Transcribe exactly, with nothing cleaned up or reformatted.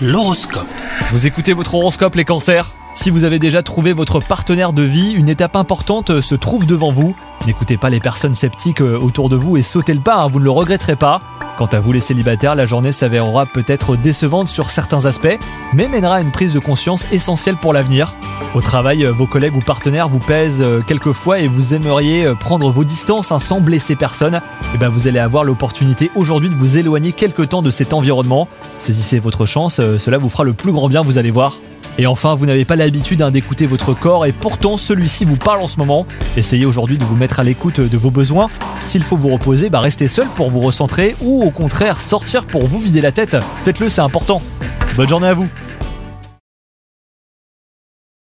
L'horoscope. Vous écoutez votre horoscope les cancers ? Si vous avez déjà trouvé votre partenaire de vie, une étape importante se trouve devant vous. N'écoutez pas les personnes sceptiques autour de vous et sautez le pas, hein, vous ne le regretterez pas. Quant à vous les célibataires, la journée s'avérera peut-être décevante sur certains aspects, mais mènera à une prise de conscience essentielle pour l'avenir. Au travail, vos collègues ou partenaires vous pèsent quelquefois et vous aimeriez prendre vos distances hein, sans blesser personne. Et ben vous allez avoir l'opportunité aujourd'hui de vous éloigner quelque temps de cet environnement. Saisissez votre chance, cela vous fera le plus grand bien, vous allez voir. Et enfin, vous n'avez pas l'habitude hein, d'écouter votre corps et pourtant celui-ci vous parle en ce moment. Essayez aujourd'hui de vous mettre à l'écoute de vos besoins. S'il faut vous reposer, bah restez seul pour vous recentrer ou au contraire sortir pour vous vider la tête. Faites-le, c'est important. Bonne journée à vous.